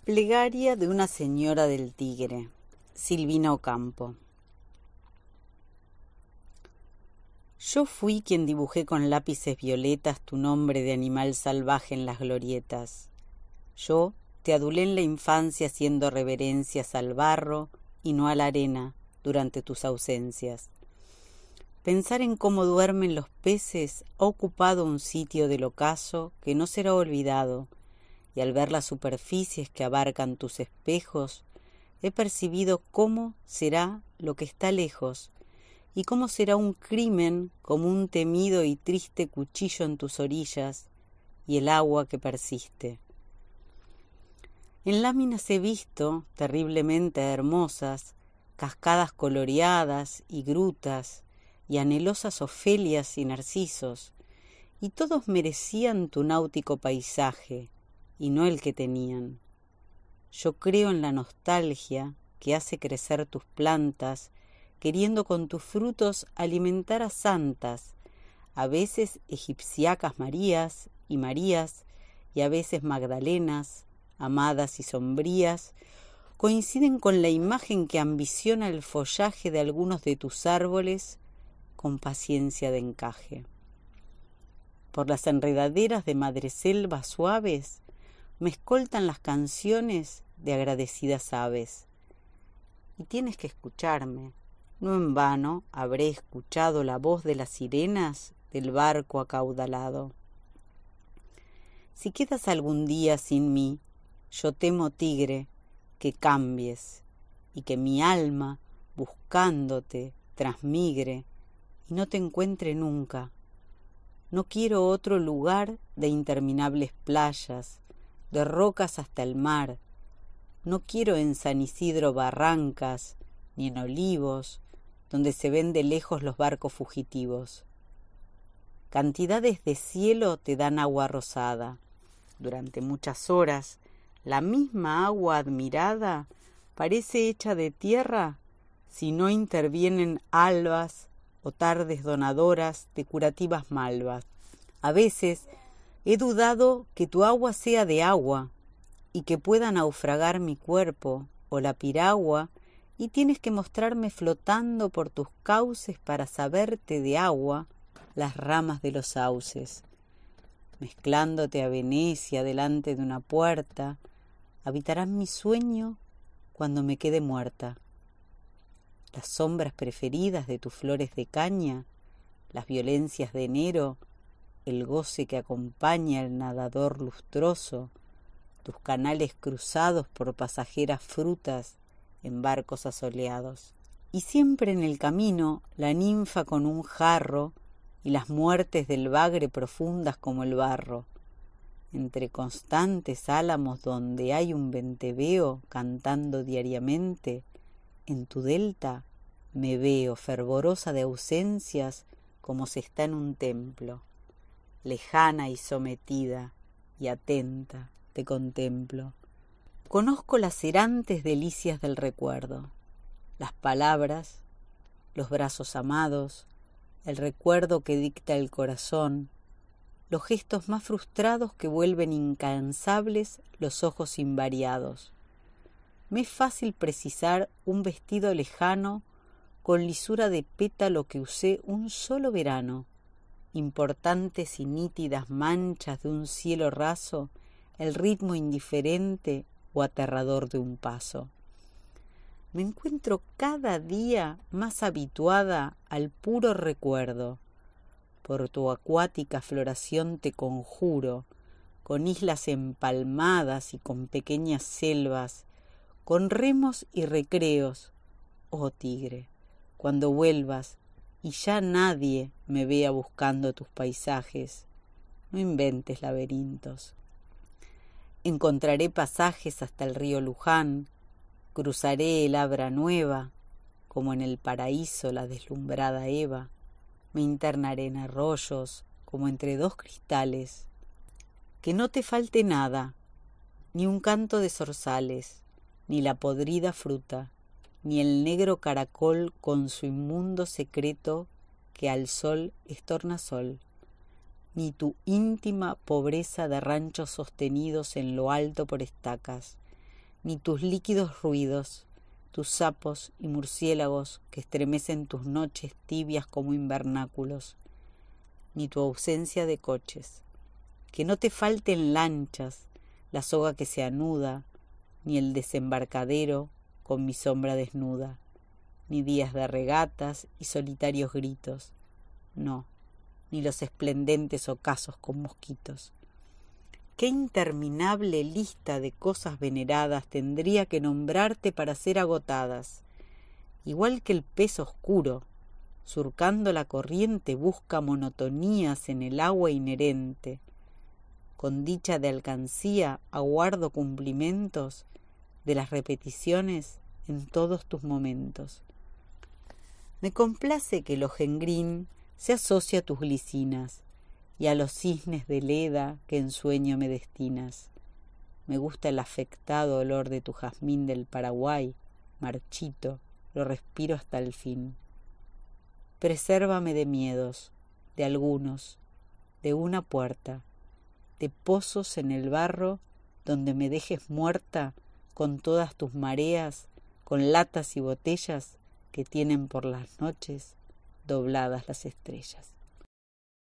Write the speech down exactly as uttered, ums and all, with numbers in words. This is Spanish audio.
Plegaria de una señora del Tigre, Silvina Ocampo. Yo fui quien dibujé con lápices violetas tu nombre de animal salvaje en las glorietas. Yo te adulé en la infancia haciendo reverencias al barro y no a la arena durante tus ausencias. Pensar en cómo duermen los peces ha ocupado un sitio del ocaso que no será olvidado, y al ver las superficies que abarcan tus espejos, he percibido cómo será lo que está lejos, y cómo será un crimen como un temido y triste cuchillo en tus orillas, y el agua que persiste. En láminas he visto, terriblemente hermosas, cascadas coloreadas y grutas, y anhelosas ofelias y narcisos, y todos merecían tu náutico paisaje, y no el que tenían. Yo creo en la nostalgia que hace crecer tus plantas, queriendo con tus frutos alimentar a santas, a veces egipciacas Marías y Marías, y a veces Magdalenas, amadas y sombrías, coinciden con la imagen que ambiciona el follaje de algunos de tus árboles con paciencia de encaje. Por las enredaderas de madreselvas suaves me escoltan las canciones de agradecidas aves. Y tienes que escucharme, no en vano habré escuchado la voz de las sirenas del barco acaudalado. Si quedas algún día sin mí, yo temo, tigre, que cambies y que mi alma, buscándote, transmigre y no te encuentre nunca. No quiero otro lugar de interminables playas, de rocas hasta el mar. No quiero en San Isidro barrancas, ni en Olivos, donde se ven de lejos los barcos fugitivos. Cantidades de cielo te dan agua rosada. Durante muchas horas, la misma agua admirada parece hecha de tierra si no intervienen albas o tardes donadoras de curativas malvas. A veces he dudado que tu agua sea de agua y que pueda naufragar mi cuerpo o la piragua, y tienes que mostrarme flotando por tus cauces para saberte de agua las ramas de los sauces. Mezclándote a Venecia delante de una puerta, habitarán mi sueño cuando me quede muerta. Las sombras preferidas de tus flores de caña, las violencias de enero, el goce que acompaña el nadador lustroso, tus canales cruzados por pasajeras frutas en barcos asoleados. Y siempre en el camino la ninfa con un jarro y las muertes del bagre profundas como el barro. Entre constantes álamos donde hay un venteveo cantando diariamente, en tu delta me veo fervorosa de ausencias como se está en un templo. Lejana y sometida y atenta te contemplo. Conozco las errantes delicias del recuerdo, las palabras, los brazos amados, el recuerdo que dicta el corazón, los gestos más frustrados que vuelven incansables los ojos invariados. Me es fácil precisar un vestido lejano con lisura de pétalo que usé un solo verano, importantes y nítidas manchas de un cielo raso, el ritmo indiferente o aterrador de un paso. Me encuentro cada día más habituada al puro recuerdo. Por tu acuática floración te conjuro, con islas empalmadas y con pequeñas selvas, con remos y recreos, oh tigre, cuando vuelvas y ya nadie me vea buscando tus paisajes, no inventes laberintos. Encontraré pasajes hasta el río Luján, cruzaré el Abra Nueva, como en el paraíso la deslumbrada Eva, me internaré en arroyos, como entre dos cristales. Que no te falte nada, ni un canto de zorzales, ni la podrida fruta, ni el negro caracol con su inmundo secreto que al sol es tornasol, ni tu íntima pobreza de ranchos sostenidos en lo alto por estacas, ni tus líquidos ruidos, tus sapos y murciélagos que estremecen tus noches tibias como invernáculos, ni tu ausencia de coches. Que no te falten lanchas, la soga que se anuda, ni el desembarcadero con mi sombra desnuda, ni días de regatas y solitarios gritos, no, ni los esplendentes ocasos con mosquitos. Qué interminable lista de cosas veneradas tendría que nombrarte para ser agotadas. Igual que el pez oscuro, surcando la corriente, busca monotonías en el agua inherente. Con dicha de alcancía aguardo cumplimentos de las repeticiones en todos tus momentos. Me complace que el ojengrín se asocia a tus glicinas y a los cisnes de leda que en sueño me destinas. Me gusta el afectado olor de tu jazmín del Paraguay, marchito, lo respiro hasta el fin. Presérvame de miedos, de algunos, de una puerta, de pozos en el barro donde me dejes muerta con todas tus mareas, con latas y botellas que tienen por las noches dobladas las estrellas.